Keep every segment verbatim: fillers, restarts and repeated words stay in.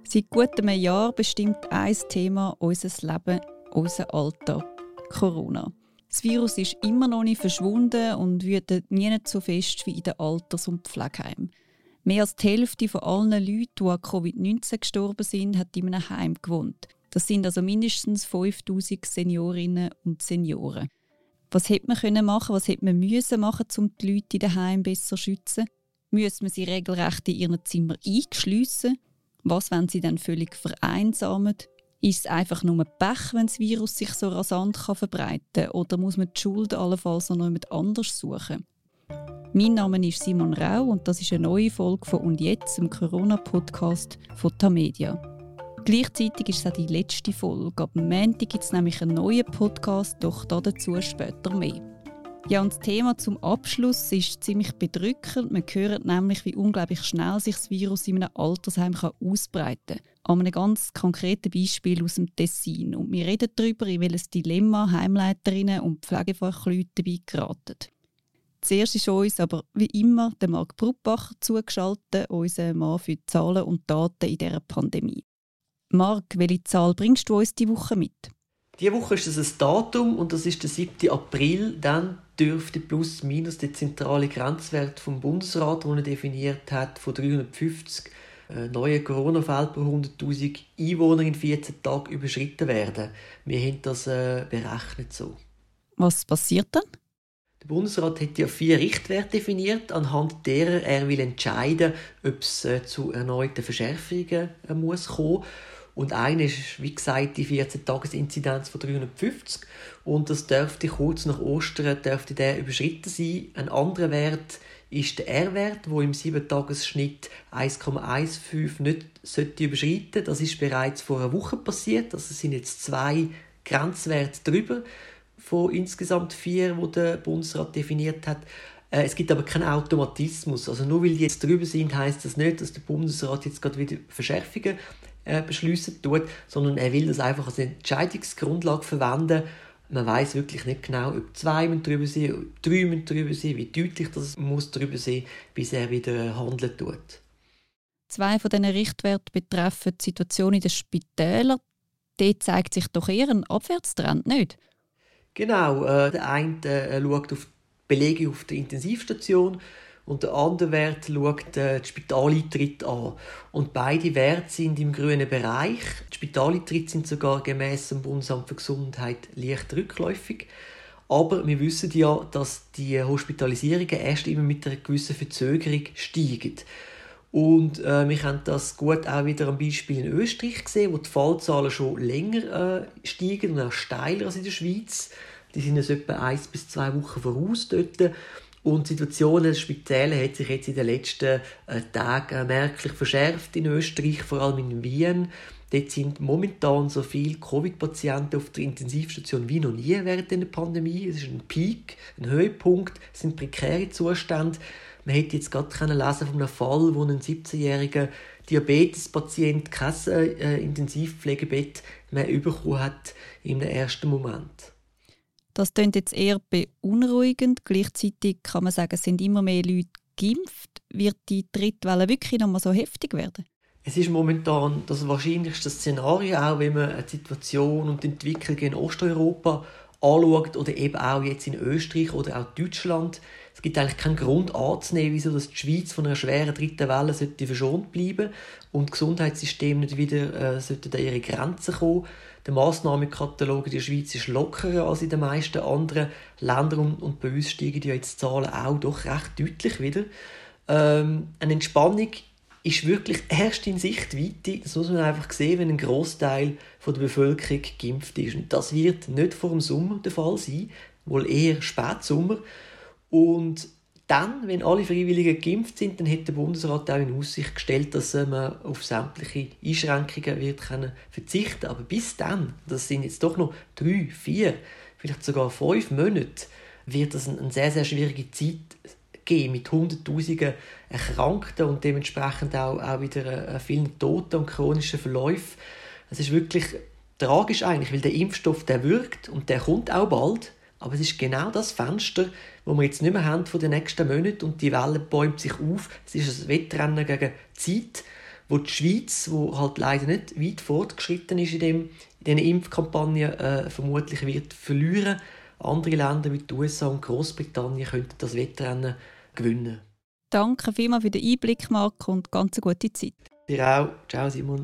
Seit gut einem Jahr bestimmt ein Thema unser Leben, unser Alltag: Corona. Das Virus ist immer noch nicht verschwunden und wütet nie so fest wie in den Alters- und Pflegeheimen. Mehr als die Hälfte von allen Leuten, die an Covid neunzehn gestorben sind, hat in einem Heim gewohnt. Das sind also mindestens fünftausend Seniorinnen und Senioren. Was hätte man können machen, was hätte man müssen machen, um die Leute in den Heimen besser zu schützen? Müsste man sie regelrecht in ihren Zimmern einschliessen? Was, wenn sie dann völlig vereinsamen? Ist es einfach nur Pech, wenn das Virus sich so rasant verbreiten kann? Oder muss man die Schuld allenfalls noch jemand anders suchen? Mein Name ist Simon Rau und das ist eine neue Folge von «Und jetzt», dem Corona-Podcast von Tamedia. Gleichzeitig ist es auch die letzte Folge. Ab Montag gibt es nämlich einen neuen Podcast, doch dazu später mehr. Ja, und das Thema zum Abschluss ist ziemlich bedrückend. Man hört nämlich, wie unglaublich schnell sich das Virus in einem Altersheim ausbreiten kann. An einem ganz konkreten Beispiel aus dem Tessin. Und wir reden darüber, in welches Dilemma Heimleiterinnen und Pflegefachleute dabei geraten. Zuerst ist uns aber wie immer der Marc Bruppacher zugeschaltet, unser Mann für Zahlen und Daten in dieser Pandemie. Marc, welche Zahl bringst du uns diese Woche mit? Diese Woche ist es ein Datum und das ist der siebten April. Dann dürfte plus minus der zentrale Grenzwert vom Bundesrat, den er definiert hat, von dreihundertfünfzig äh, neue Corona-Fälle pro hunderttausend Einwohner in vierzehn Tagen überschritten werden. Wir haben das äh, berechnet so. Was passiert dann? Der Bundesrat hat ja vier Richtwerte definiert, anhand derer er will entscheiden, ob es äh, zu erneuten Verschärfungen äh, muss kommen. Und einer ist, wie gesagt, die vierzehn-Tages-Inzidenz von dreihundertfünfzig. Und das dürfte kurz nach Ostern dürfte der überschritten sein. Ein anderer Wert ist der R-Wert, der im sieben-Tages-Schnitt eins Komma fünfzehn nicht sollte überschreiten. Das ist bereits vor einer Woche passiert. Also es sind jetzt zwei Grenzwerte drüber von insgesamt vier, die der Bundesrat definiert hat. Es gibt aber keinen Automatismus. Also nur weil die jetzt drüber sind, heisst das nicht, dass der Bundesrat jetzt gerade wieder Verschärfungen äh, beschliessen tut, sondern er will das einfach als Entscheidungsgrundlage verwenden. Man weiss wirklich nicht genau, ob zwei drüber sind, ob drei drüber sind, wie deutlich das muss drüber sein, bis er wieder handeln tut. Zwei von diesen Richtwerten betreffen die Situation in den Spitälern. Dort zeigt sich doch eher ein Abwärtstrend, nicht? Genau, äh, der eine äh, schaut auf die Belegung auf der Intensivstation und der andere Wert schaut äh, die Spitaleintritte an. Und beide Werte sind im grünen Bereich. Die Spitaleintritte sind sogar gemäss dem Bundesamt für Gesundheit leicht rückläufig. Aber wir wissen ja, dass die Hospitalisierungen erst immer mit einer gewissen Verzögerung steigen. Und äh, wir haben das gut auch wieder am Beispiel in Österreich gesehen, wo die Fallzahlen schon länger äh, steigen und auch steiler als in der Schweiz. Die sind jetzt etwa eins bis zwei Wochen voraus dort. Und die Situation in den Spitälern hat sich jetzt in den letzten äh, Tagen äh, merklich verschärft in Österreich, vor allem in Wien. Dort sind momentan so viele Covid-Patienten auf der Intensivstation wie noch nie während der Pandemie. Es ist ein Peak, ein Höhepunkt, es sind prekäre Zustände. Man hätte jetzt gerade lesen von einem Fall, wo ein siebzehnjähriger Diabetespatient kein äh, Intensivpflegebett mehr bekommen hat im ersten Moment. Das klingt jetzt eher beunruhigend. Gleichzeitig kann man sagen, es sind immer mehr Leute geimpft. Wird die dritte Welle wirklich noch mal so heftig werden? Es ist momentan das wahrscheinlichste Szenario, auch wenn man die Situation und die Entwicklung in Osteuropa anschaut oder eben auch jetzt in Österreich oder auch Deutschland. Es gibt eigentlich keinen Grund anzunehmen, wieso dass die Schweiz von einer schweren dritten Welle sollte verschont bleiben und das Gesundheitssystem nicht wieder äh, sollte an ihre Grenzen kommen. Der Massnahmenkatalog in der Schweiz ist lockerer als in den meisten anderen Ländern und, und bei uns steigen ja jetzt die Zahlen auch doch recht deutlich wieder. Ähm, eine Entspannung ist wirklich erst in Sichtweite. Das muss man einfach sehen, wenn ein Grossteil der Bevölkerung geimpft ist. Und das wird nicht vor dem Sommer der Fall sein, wohl eher Spätsommer. Und dann, wenn alle Freiwilligen geimpft sind, dann hat der Bundesrat auch in Aussicht gestellt, dass man auf sämtliche Einschränkungen wird können verzichten kann. Aber bis dann, das sind jetzt doch noch drei, vier, vielleicht sogar fünf Monate, wird das eine sehr, sehr schwierige Zeit geben mit Hunderttausenden Erkrankten und dementsprechend auch, auch wieder äh, vielen Toten und chronischen Verläufen. Es ist wirklich tragisch eigentlich, weil der Impfstoff, der wirkt und der kommt auch bald. Aber es ist genau das Fenster, das wir jetzt nicht mehr haben von den nächsten Monaten und die Welle bäumt sich auf. Es ist ein Wettrennen gegen die Zeit wo die Schweiz, wo halt leider nicht weit fortgeschritten ist in, dem, in diesen Impfkampagnen, äh, vermutlich wird verlieren. Andere Länder wie die U S A und Großbritannien könnten das Wettrennen gewinnen. Danke vielmals für den Einblick, Marc, und ganz eine gute Zeit. Dir auch. Ciao, Simon.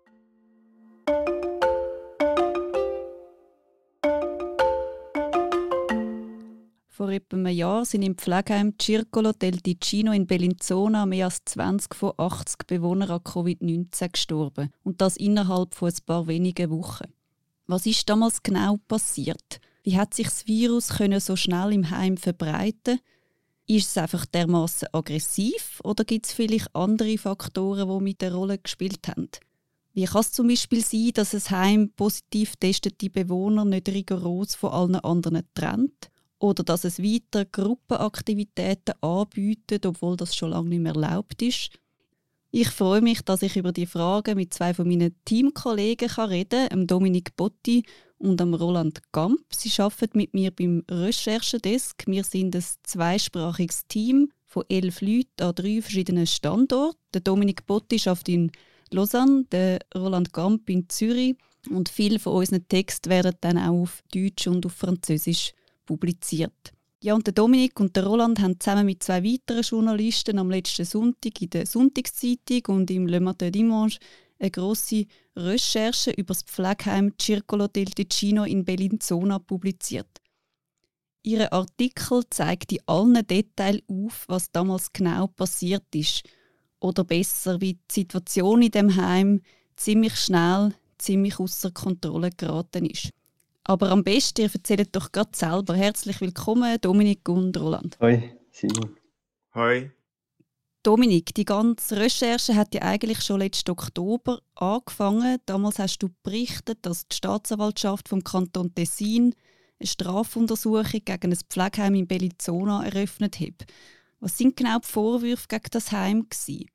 Vor etwa einem Jahr sind im Pflegeheim Circolo del Ticino in Bellinzona mehr als zwanzig von achtzig Bewohnern an Covid neunzehn gestorben. Und das innerhalb von ein paar wenigen Wochen. Was ist damals genau passiert? Wie hat sich das Virus können so schnell im Heim verbreiten? Ist es einfach dermassen aggressiv oder gibt es vielleicht andere Faktoren, die mit der Rolle gespielt haben? Wie kann es zum Beispiel sein, dass ein Heim positiv getestete Bewohner nicht rigoros von allen anderen trennt? Oder dass es weiter Gruppenaktivitäten anbietet, obwohl das schon lange nicht mehr erlaubt ist? Ich freue mich, dass ich über die Fragen mit zwei von meinen Teamkollegen reden kann, Dominik Botti und Roland Gamp. Sie arbeiten mit mir beim Recherchedesk. Wir sind ein zweisprachiges Team von elf Leuten an drei verschiedenen Standorten. Der Dominik Botti arbeitet in Lausanne, der Roland Gamp in Zürich. Und viele von unseren Texten werden dann auch auf Deutsch und auf Französisch publiziert. Ja, und der Dominik und der Roland haben zusammen mit zwei weiteren Journalisten am letzten Sonntag in der Sonntagszeitung und im Le Matin Dimanche eine grosse Recherche über das Pflegeheim Circolo del Ticino in Bellinzona publiziert. Ihr Artikel zeigt in allen Details auf, was damals genau passiert ist. Oder besser, wie die Situation in dem Heim ziemlich schnell, ziemlich außer Kontrolle geraten ist. Aber am besten, ihr erzählt doch gerade selber. Herzlich willkommen, Dominik und Roland. Hoi, Simon. Hoi. Dominik, die ganze Recherche hat ja eigentlich schon letzten Oktober angefangen. Damals hast du berichtet, dass die Staatsanwaltschaft vom Kanton Tessin eine Strafuntersuchung gegen ein Pflegeheim in Bellinzona eröffnet hat. Was sind genau die Vorwürfe gegen das Heim gewesen?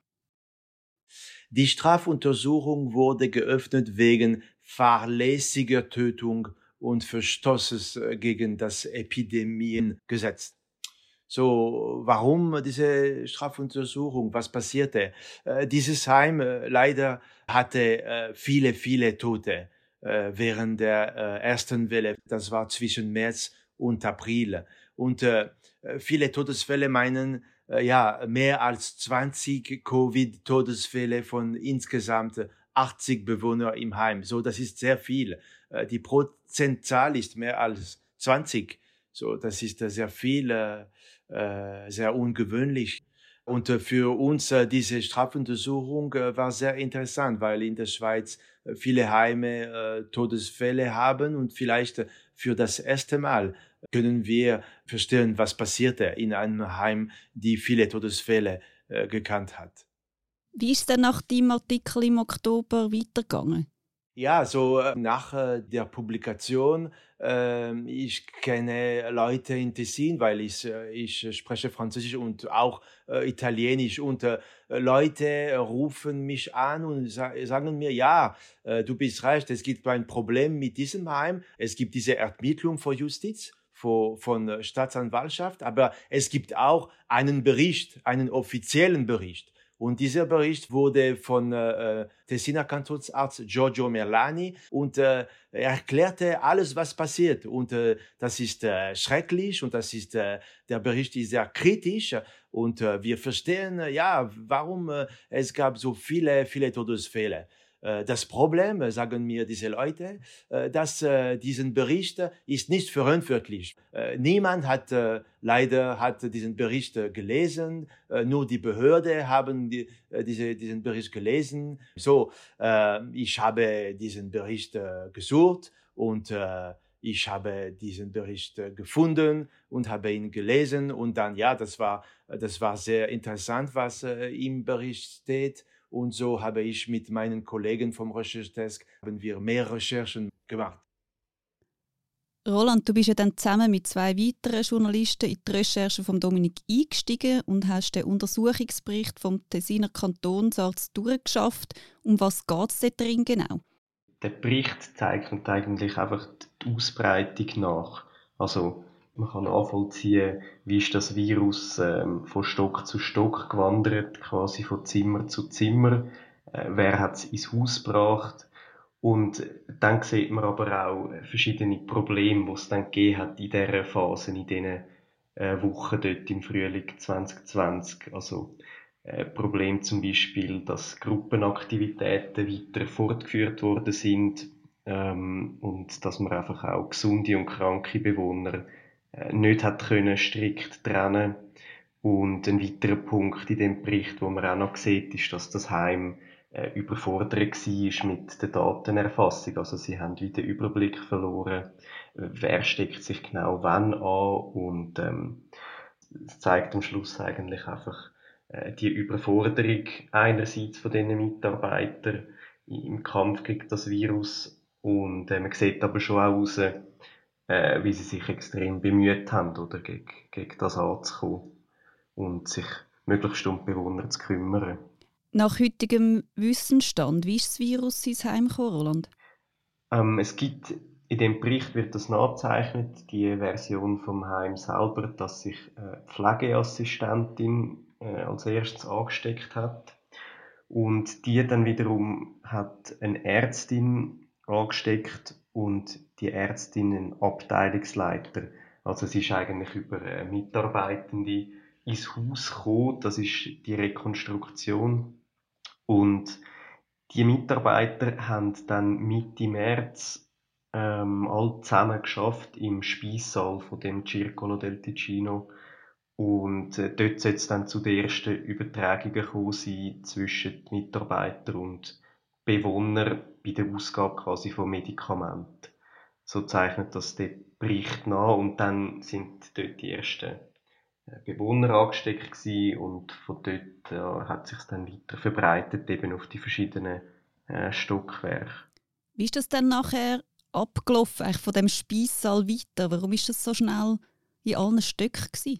Die Strafuntersuchung wurde geöffnet wegen fahrlässiger Tötung und Verstoßes gegen das Epidemiengesetz. So, warum diese Strafuntersuchung? Was passierte? Äh, dieses Heim äh, leider hatte äh, viele, viele Tote äh, während der äh, ersten Welle. Das war zwischen März und April. Und äh, viele Todesfälle meinen, äh, ja, mehr als zwanzig Covid-Todesfälle von insgesamt achtzig Bewohnern im Heim. So, das ist sehr viel. Äh, die Prozentzahl ist mehr als zwanzig. So, das ist äh, sehr viel, äh, äh, sehr ungewöhnlich. Und äh, für uns äh, diese Strafuntersuchung äh, war sehr interessant, weil in der Schweiz äh, viele Heime äh, Todesfälle haben und vielleicht äh, für das erste Mal können wir verstehen, was passierte in einem Heim, die viele Todesfälle äh, gekannt hat. Wie ist es denn nach deinem Artikel im Oktober weitergegangen? Ja, so äh, nach äh, der Publikation, äh, ich kenne Leute in Tessin, weil ich, äh, ich spreche Französisch und auch äh, Italienisch und äh, Leute rufen mich an und sa- sagen mir, ja, äh, du bist recht, es gibt ein Problem mit diesem Heim, es gibt diese Ermittlung vor Justiz, vor, von Staatsanwaltschaft, aber es gibt auch einen Bericht, einen offiziellen Bericht. Und dieser Bericht wurde von äh, Tessiner Kantonsarzt Giorgio Merlani und äh, er erklärte alles, was passiert. Und äh, das ist äh, schrecklich und das ist äh, der Bericht ist sehr kritisch und äh, wir verstehen äh, ja, warum äh, es gab so viele, viele Todesfälle. Das Problem, sagen mir diese Leute, dass diesen Bericht ist nicht verantwortlich. Niemand hat leider hat diesen Bericht gelesen, nur die Behörde haben die, diese, diesen Bericht gelesen. So, ich habe diesen Bericht gesucht und ich habe diesen Bericht gefunden und habe ihn gelesen und dann, ja, das war, das war sehr interessant, was im Bericht steht. Und so habe ich mit meinen Kollegen vom Recherchedesk haben wir mehr Recherchen gemacht. Roland, du bist ja dann zusammen mit zwei weiteren Journalisten in die Recherche von Dominik eingestiegen und hast den Untersuchungsbericht vom Tessiner Kantonsarzt durchgeschafft. Um was geht es drin genau? Der Bericht zeichnet eigentlich einfach die Ausbreitung nach. Also man kann nachvollziehen, wie ist das Virus ähm, von Stock zu Stock gewandert, quasi von Zimmer zu Zimmer. äh, wer hat es ins Haus gebracht. Und dann sieht man aber auch verschiedene Probleme, die es dann gegeben hat in dieser Phase, in diesen äh, Wochen dort im Frühling zwanzig zwanzig. Also äh, Problem zum Beispiel, dass Gruppenaktivitäten weiter fortgeführt worden sind ähm, und dass man einfach auch gesunde und kranke Bewohner äh, nicht hat können strikt trennen. Und ein weiterer Punkt in dem Bericht, wo man auch noch sieht, ist, dass das Heim äh, überfordert war mit der Datenerfassung. Also sie haben wieder den Überblick verloren, wer steckt sich genau wann an, und ähm, es zeigt am Schluss eigentlich einfach äh, die Überforderung einerseits von diesen Mitarbeitern im Kampf gegen das Virus, und äh, man sieht aber schon auch raus, äh, wie sie sich extrem bemüht haben, oder, gegen, gegen das anzukommen und sich möglichst um die Bewohner zu kümmern. Nach heutigem Wissensstand, wie ist das Virus ins Heim gekommen, Roland? Ähm, es gibt, in dem Bericht wird das nachgezeichnet, die Version vom Heim selber, dass sich eine Pflegeassistentin äh, als erstes angesteckt hat. Und die dann wiederum hat eine Ärztin angesteckt und die Ärztin einen Abteilungsleiter. Also es ist eigentlich über eine Mitarbeitende ins Haus gekommen. Das ist die Rekonstruktion. Und die Mitarbeiter haben dann Mitte März ähm, alle zusammen geschafft im Speissaal von dem Circolo del Ticino. Und äh, dort soll es dann zu den ersten Übertragungen gekommen sein zwischen Mitarbeitern und Bewohnern bei der Ausgabe quasi von Medikamenten. So zeichnet das der Bericht nach, und dann sind dort die ersten Bewohner angesteckt gewesen, und von dort äh, hat sich dann weiter verbreitet, eben auf die verschiedenen äh, Stockwerke. Wie ist das dann nachher abgelaufen, eigentlich von dem Speissaal weiter? Warum ist das so schnell in allen Stöcken gewesen?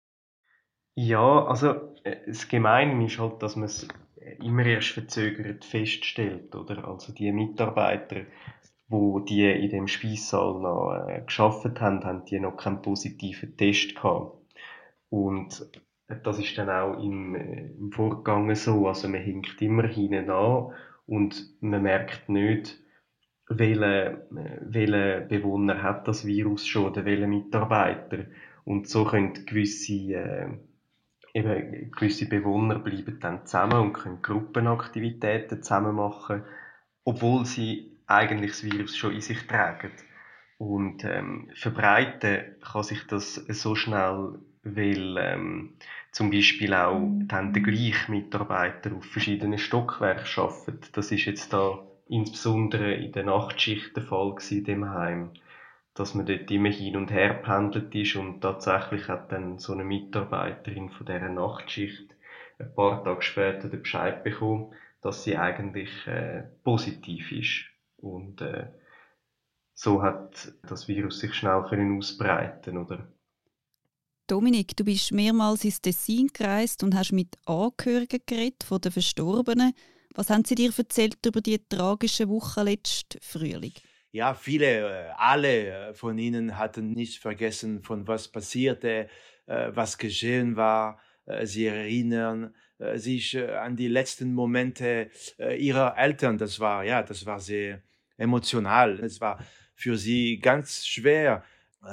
Ja, also äh, das Gemeine ist halt, dass man es immer erst verzögert feststellt, oder? Also die Mitarbeiter, wo die in dem Speissaal noch äh, gearbeitet haben, haben die noch keinen positiven Test gehabt. Und das ist dann auch im, äh, im Vorgang so. Also man hinkt immer hinten an und man merkt nicht, welcher welche Bewohner hat das Virus schon oder welche Mitarbeiter. Und so können gewisse, äh, eben gewisse Bewohner bleiben dann zusammen und können Gruppenaktivitäten zusammen machen, obwohl sie eigentlich das Virus schon in sich tragen. Und ähm, verbreiten kann sich das so schnell, weil ähm, zum Beispiel auch dann der gleiche Mitarbeiter auf verschiedenen Stockwerken arbeitet. Das ist jetzt da insbesondere in der Nachtschicht der Fall gewesen, in dem Heim, dass man dort immer hin und her pendelt ist, und tatsächlich hat dann so eine Mitarbeiterin von dieser Nachtschicht ein paar Tage später den Bescheid bekommen, dass sie eigentlich äh, positiv ist. Und äh, so hat das Virus sich schnell können ausbreiten, oder? Dominik, du bist mehrmals ins Tessin gereist und hast mit Angehörigen geredet von den Verstorbenen. Was haben sie dir erzählt über die tragische Woche letzten Frühling? Ja, viele, alle von ihnen hatten nicht vergessen, von was passierte, was geschehen war. Sie erinnern sich an die letzten Momente ihrer Eltern. Das war, ja, das war sehr emotional. Es war für sie ganz schwer.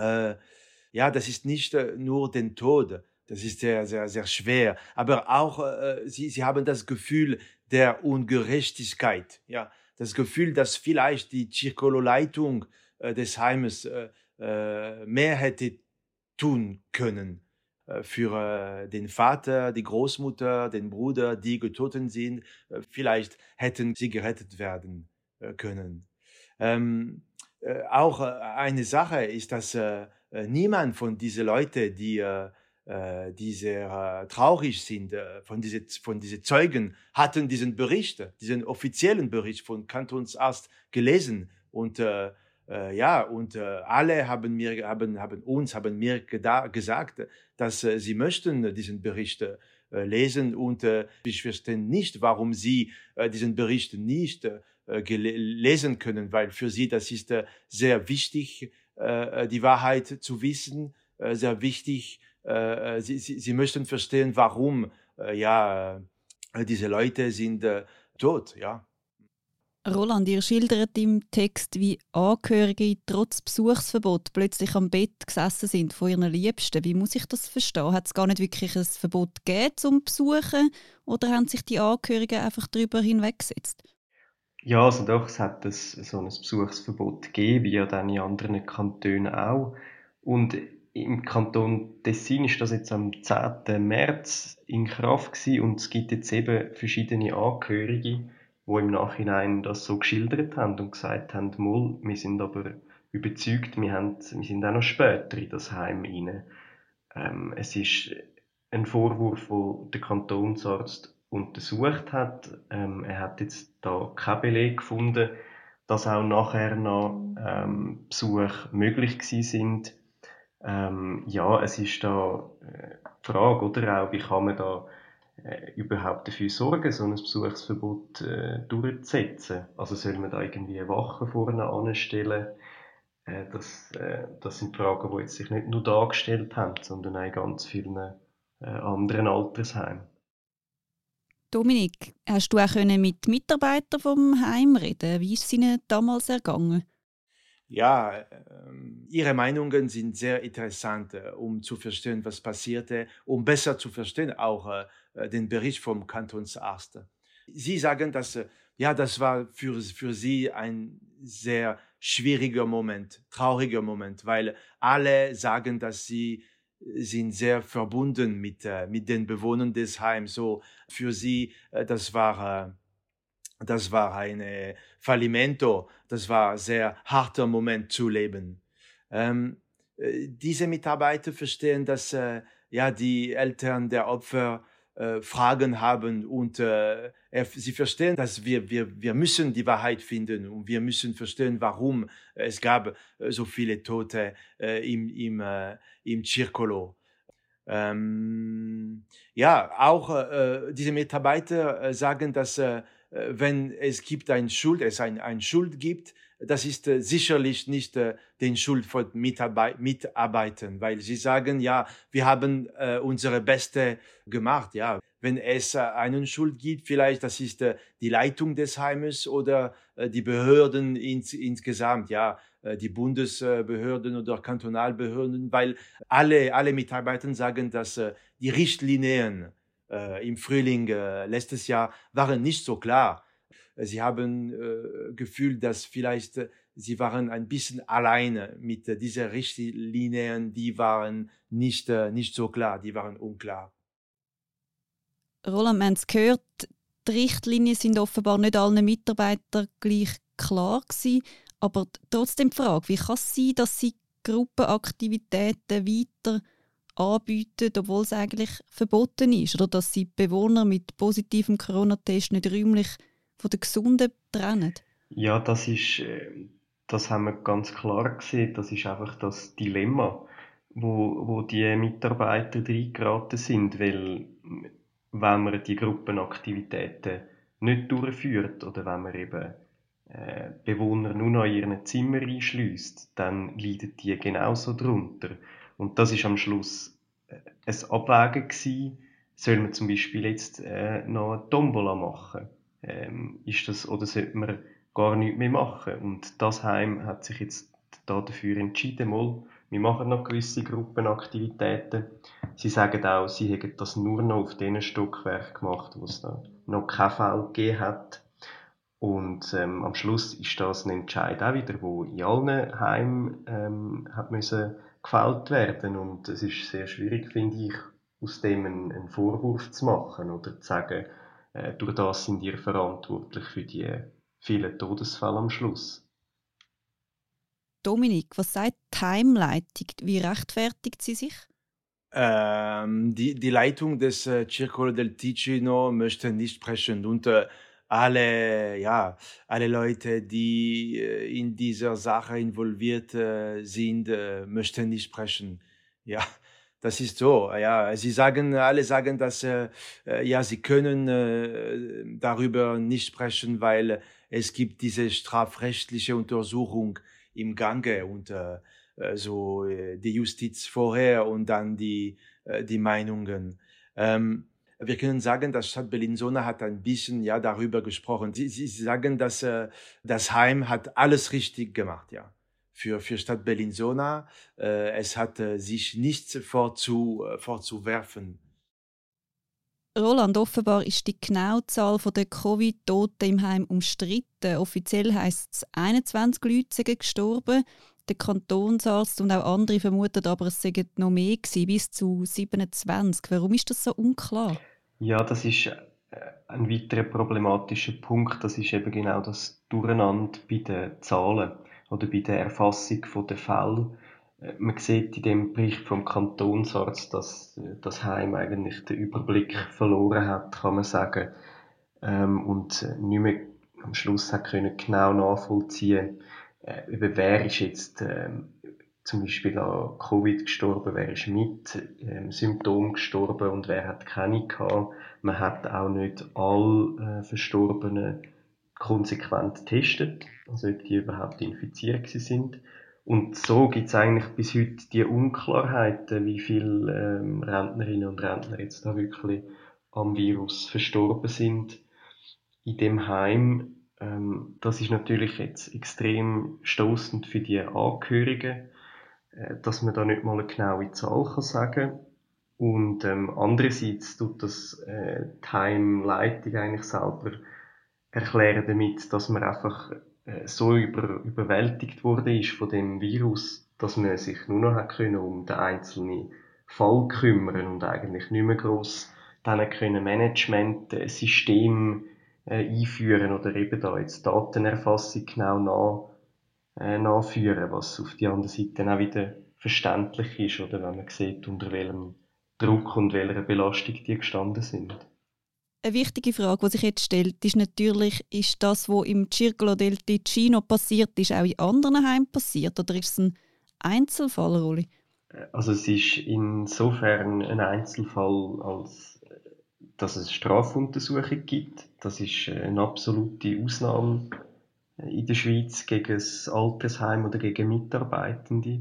Ja, das ist nicht nur den Tod. Das ist sehr, sehr, sehr schwer. Aber auch, sie, sie haben das Gefühl der Ungerechtigkeit. Ja. Das Gefühl, dass vielleicht die Circolo-Leitung äh, des Heimes äh, äh, mehr hätte tun können äh, für äh, den Vater, die Großmutter, den Bruder, die getötet sind. Äh, vielleicht hätten sie gerettet werden äh, können. Ähm, äh, auch äh, eine Sache ist, dass äh, niemand von diesen Leuten, die äh, die sehr äh, traurig sind, äh, von diesen von diese Zeugen, hatten diesen Bericht, diesen offiziellen Bericht von Kantonsarzt gelesen. Und äh, äh, ja, und äh, alle haben mir, haben, haben uns, haben mir geda- gesagt, dass äh, sie möchten diesen Bericht äh, lesen. Und äh, ich verstehe nicht, warum sie äh, diesen Bericht nicht äh, gele- lesen können, weil für sie das ist äh, sehr wichtig, äh, die Wahrheit zu wissen, äh, sehr wichtig. Äh, sie, sie, sie möchten verstehen, warum äh, ja, äh, diese Leute sind äh, tot, ja. Roland, ihr schildert im Text, wie Angehörige trotz Besuchsverbot plötzlich am Bett gesessen sind von ihren Liebsten. Wie muss ich das verstehen? Hat es gar nicht wirklich ein Verbot gegeben zum Besuchen oder haben sich die Angehörigen einfach darüber hinweggesetzt? Ja, also doch, es hat das, so ein Besuchsverbot gegeben, wie ja dann in anderen Kantonen auch. Und im Kanton Tessin ist das jetzt am zehnten März in Kraft gewesen und es gibt jetzt eben verschiedene Angehörige, die im Nachhinein das so geschildert haben und gesagt haben, mal, wir sind aber überzeugt, wir, haben, wir sind auch noch später in das Heim rein. Ähm, es ist ein Vorwurf, den der Kantonsarzt untersucht hat. Ähm, er hat jetzt da keinen Beleg gefunden, dass auch nachher noch ähm, Besuche möglich gewesen sind. Ähm, ja, es ist da äh, die Frage, oder auch, wie kann man da äh, überhaupt dafür sorgen, so ein Besuchsverbot äh, durchzusetzen? Also soll man da irgendwie Wachen vorne anstellen? Äh, das, äh, das sind Fragen, die jetzt sich nicht nur dargestellt haben, sondern auch in ganz vielen äh, anderen Altersheimen. Dominik, hast du auch mit Mitarbeitern vom Heim reden? Wie ist es ihnen damals ergangen? Ja, ähm, ihre Meinungen sind sehr interessant, äh, um zu verstehen, was passierte, um besser zu verstehen auch äh, den Bericht vom Kantonsarzt. Sie sagen, dass äh, ja, das war für, für sie ein sehr schwieriger Moment, trauriger Moment, weil alle sagen, dass sie sind sehr verbunden mit, äh, mit den Bewohnern des Heims. So für sie, äh, das war, äh, das war ein äh, Fallimento, das war ein sehr harter Moment zu leben. Ähm, äh, diese Mitarbeiter verstehen, dass äh, ja, die Eltern der Opfer äh, Fragen haben und äh, er, sie verstehen, dass wir, wir, wir müssen die Wahrheit finden und wir müssen verstehen, warum es gab äh, so viele Tote äh, im, im, äh, im Circolo. Ähm, ja, auch äh, diese Mitarbeiter äh, sagen, dass äh, wenn es gibt ein Schuld, es ein, ein Schuld gibt, das ist äh, sicherlich nicht äh, den Schuld von Mitarbeit, Mitarbeitern, weil sie sagen, ja, wir haben äh, unsere Beste gemacht, ja. Wenn es äh, einen Schuld gibt, vielleicht das ist äh, die Leitung des Heimes oder äh, die Behörden ins, insgesamt, ja, äh, die Bundesbehörden oder Kantonalbehörden, weil alle, alle Mitarbeiter sagen, dass äh, die Richtlinien äh, im Frühling äh, letztes Jahr waren nicht so klar. Sie haben äh, gefühlt, dass vielleicht äh, sie waren ein bisschen alleine mit äh, diesen Richtlinien, die waren nicht, äh, nicht so klar, die waren unklar. Roland, wir haben es gehört, die Richtlinien sind offenbar nicht allen Mitarbeitern gleich klar gewesen, aber trotzdem die Frage, wie kann es sein, dass sie Gruppenaktivitäten weiter anbieten, obwohl es eigentlich verboten ist, oder dass sie Bewohner mit positivem Corona-Test nicht räumlich von den Gesunden trennen? Ja, das ist, äh, das haben wir ganz klar gesehen. Das ist einfach das Dilemma, wo, wo die Mitarbeiter reingeraten sind, weil wenn man die Gruppenaktivitäten nicht durchführt oder wenn man eben äh, Bewohner nur noch in ihren Zimmer einschliesst, dann leiden die genauso drunter. Und das ist am Schluss äh, ein Abwägen gewesen. Soll man zum Beispiel jetzt äh, noch eine Tombola machen? Ähm, ist das, oder sollte man gar nichts mehr machen? Und das Heim hat sich jetzt da dafür entschieden, mal, wir machen noch gewisse Gruppenaktivitäten. Sie sagen auch, sie hätten das nur noch auf den Stockwerk gemacht, wo es da noch kein Fall gegeben hat. Und ähm, am Schluss ist das ein Entscheid auch wieder, wo in allen Heimen ähm, hat müssen gefällt werden. Und es ist sehr schwierig, finde ich, aus dem einen, einen Vorwurf zu machen oder zu sagen, äh, durch das sind ihr verantwortlich für die vielen Todesfälle am Schluss. Dominik, was sagt die Heimleitung? Wie rechtfertigt sie sich? Ähm, die, die Leitung des äh, Circolo del Ticino möchte nicht sprechen und äh, alle, ja, alle Leute, die äh, in dieser Sache involviert äh, sind, äh, möchten nicht sprechen. Ja, das ist so. Ja, sie sagen, alle sagen, dass äh, ja, sie können äh, darüber nicht sprechen, weil es gibt diese strafrechtliche Untersuchung im Gange und äh, so äh, die Justiz vorher und dann die äh, die Meinungen. Ähm, Wir können sagen, dass Stadt Bellinzona hat ein bisschen ja darüber gesprochen. Sie, sie sagen, dass äh, das Heim hat alles richtig gemacht, ja. Für für Stadt Bellinzona, äh, es hat äh, sich nichts vorzu, äh, vorzuwerfen. Roland, offenbar ist die genaue Zahl der Covid-Toten im Heim umstritten. Offiziell heisst es, einundzwanzig Leute sind gestorben. Der Kantonsarzt und auch andere vermuten aber, es seien noch mehr gewesen, bis zu siebenundzwanzig. Warum ist das so unklar? Ja, das ist äh, ein weiterer problematischer Punkt. Das ist eben genau das Durcheinander bei den Zahlen oder bei der Erfassung der Fälle. Äh, Man sieht in dem Bericht vom Kantonsarzt, dass äh, das Heim eigentlich den Überblick verloren hat, kann man sagen, ähm, und äh, nicht mehr am Schluss hat können genau nachvollziehen, äh, über wer ist jetzt ähm, zum Beispiel an Covid gestorben, wer ist mit ähm, Symptomen gestorben und wer hat keine gehabt. Man hat auch nicht alle äh, Verstorbenen konsequent getestet, also ob die überhaupt infiziert gewesen sind. Und so gibt es eigentlich bis heute die Unklarheiten, wie viele ähm, Rentnerinnen und Rentner jetzt da wirklich am Virus verstorben sind in dem Heim. Ähm, das ist natürlich jetzt extrem stossend für die Angehörigen, äh, dass man da nicht mal eine genaue Zahl kann sagen. Und ähm, andererseits tut das äh, die Heimleitung eigentlich selber erklären damit, dass man einfach äh, so über, überwältigt wurde ist von dem Virus, dass man sich nur noch hat können um den einzelnen Fall kümmern und eigentlich nicht mehr gross dann können Management-System äh, einführen oder eben da jetzt Datenerfassung genau nach, äh, nachführen, was auf der anderen Seite dann auch wieder verständlich ist, oder wenn man sieht, unter welchem Druck und welcher Belastung die gestanden sind. Eine wichtige Frage, die sich jetzt stellt, ist natürlich, ist das, was im Circolo del Ticino passiert ist, auch in anderen Heimen passiert? Oder ist es ein Einzelfall, Roli? Also es ist insofern ein Einzelfall, als dass es Strafuntersuchung gibt. Das ist eine absolute Ausnahme in der Schweiz gegen das Altersheim oder gegen Mitarbeitende.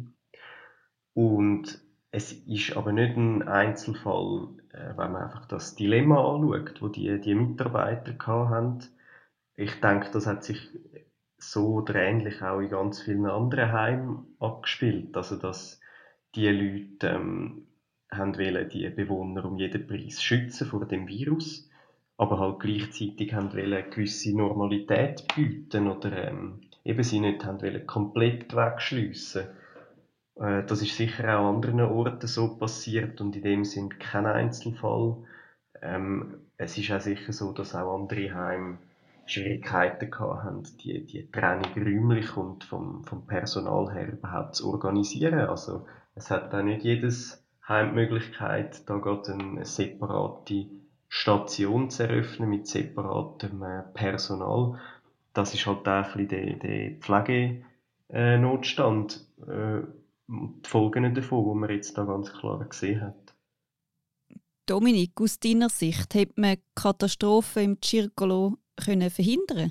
Und es ist aber nicht ein Einzelfall, wenn man einfach das Dilemma anschaut, das die, die Mitarbeiter hatten. Ich denke, das hat sich so oder ähnlich auch in ganz vielen anderen Heimen abgespielt. Also, dass die Leute ähm, haben wollen, die Bewohner um jeden Preis schützen vor dem Virus, aber halt gleichzeitig haben wollen eine gewisse Normalität bieten oder ähm, eben sie nicht haben wollen komplett wegschliessen. Äh, das ist sicher auch an anderen Orten so passiert und in dem Sinn kein Einzelfall. Ähm, es ist auch sicher so, dass auch andere Heime Schwierigkeiten gehabt haben, die, die Trennung räumlich und vom, vom Personal her überhaupt zu organisieren. Also, es hat auch nicht jedes Heim die Möglichkeit, da gerade eine separate Station zu eröffnen mit separatem äh, Personal. Das ist halt auch ein bisschen der, der Pflegenotstand äh, und die Folgen davon, die man jetzt da ganz klar gesehen hat. Dominik, aus deiner Sicht, hätte man Katastrophen im Circolo können verhindern?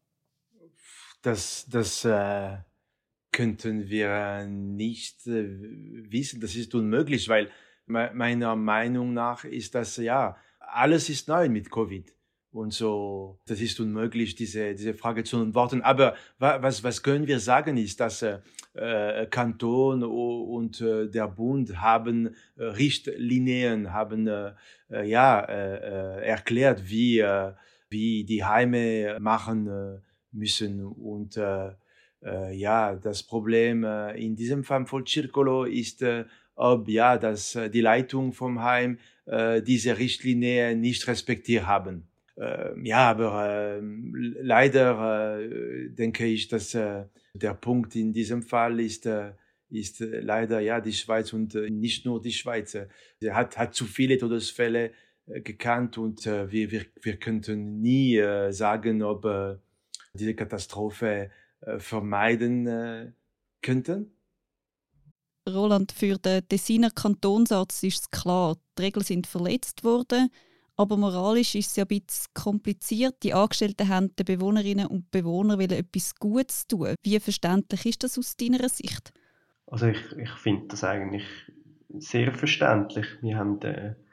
Das, das äh, könnten wir nicht äh, wissen. Das ist unmöglich, weil me meiner Meinung nach ist das, ja, alles ist neu mit Covid. Und so, das ist unmöglich, diese, diese Frage zu antworten. Aber was, was können wir sagen, ist, dass äh, Kanton und äh, der Bund haben äh, Richtlinien, haben äh, ja, äh, erklärt, wie, äh, wie die Heime machen äh, müssen. Und äh, äh, ja, das Problem äh, in diesem Fall von Circolo ist, äh, ob ja, dass äh, die Leitung vom Heim äh, diese Richtlinie nicht respektiert haben. Äh, ja, aber äh, leider äh, denke ich, dass äh, der Punkt in diesem Fall ist, äh, ist äh, leider ja die Schweiz und äh, nicht nur die Schweiz. Äh, hat, hat zu viele Todesfälle äh, gekannt und äh, wir, wir, wir könnten nie äh, sagen, ob äh, diese Katastrophe äh, vermeiden äh, könnten. Roland, für den Tessiner Kantonsarzt ist es klar, die Regeln sind verletzt worden. Aber moralisch ist es ja ein bisschen kompliziert. Die Angestellten haben den Bewohnerinnen und Bewohnern etwas Gutes tun. Wie verständlich ist das aus deiner Sicht? Also ich, ich finde das eigentlich sehr verständlich. Wir haben äh,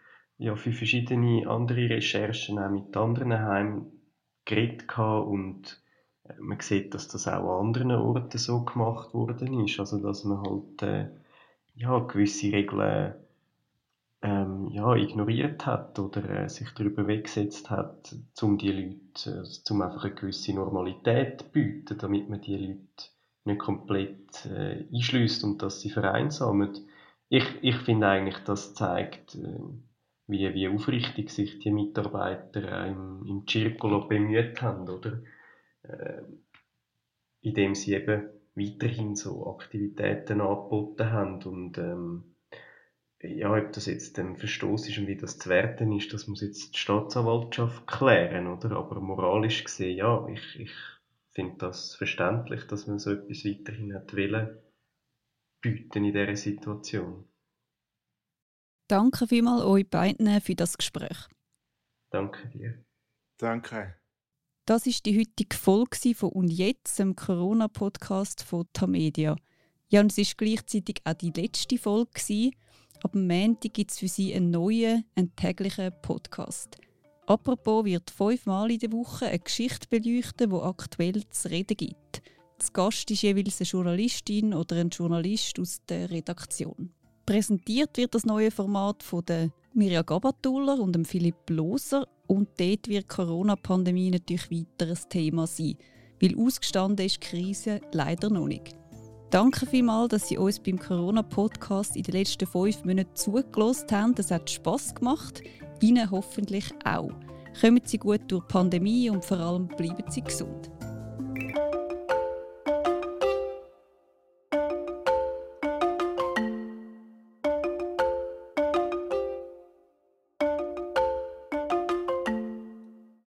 ja, für verschiedene andere Recherchen auch mit anderen Heimen geredet und man sieht, dass das auch an anderen Orten so gemacht worden ist. Also, dass man halt äh, ja, gewisse Regeln ähm, ja, ignoriert hat oder äh, sich darüber weggesetzt hat, um die Leute, äh, um einfach eine gewisse Normalität zu bieten, damit man die Leute nicht komplett äh, einschliesst und dass sie vereinsamen. Ich, ich finde eigentlich, das zeigt, äh, wie, wie aufrichtig sich die Mitarbeiter äh, im, im Circolo bemüht haben, oder? Äh, indem sie eben weiterhin so Aktivitäten angeboten haben und ähm, ja, ob das jetzt ein Verstoß ist und wie das zu werten ist, das muss jetzt die Staatsanwaltschaft klären, oder? Aber moralisch gesehen, ja, ich, ich finde das verständlich, dass man so etwas weiterhin hat wollen bieten in dieser Situation. Danke vielmals euch beiden für das Gespräch. Danke dir. Danke. Das war die heutige Folge von «Und jetzt», dem Corona-Podcast von Tamedia. Ja, und es war gleichzeitig auch die letzte Folge. Ab Montag gibt es für Sie einen neuen, einen täglichen Podcast. Apropos wird fünfmal in der Woche eine Geschichte beleuchten, die aktuell zu reden gibt. Das Gast ist jeweils eine Journalistin oder ein Journalist aus der Redaktion. Präsentiert wird das neue Format von der Mirja Gabatuller und dem Philipp Loser. Und dort wird die Corona-Pandemie natürlich weiter ein Thema sein, weil ausgestanden ist die Krise leider noch nicht. Danke vielmals, dass Sie uns beim Corona-Podcast in den letzten fünf Monaten zugelassen haben. Das hat Spass gemacht. Ihnen hoffentlich auch. Kommen Sie gut durch die Pandemie und vor allem bleiben Sie gesund.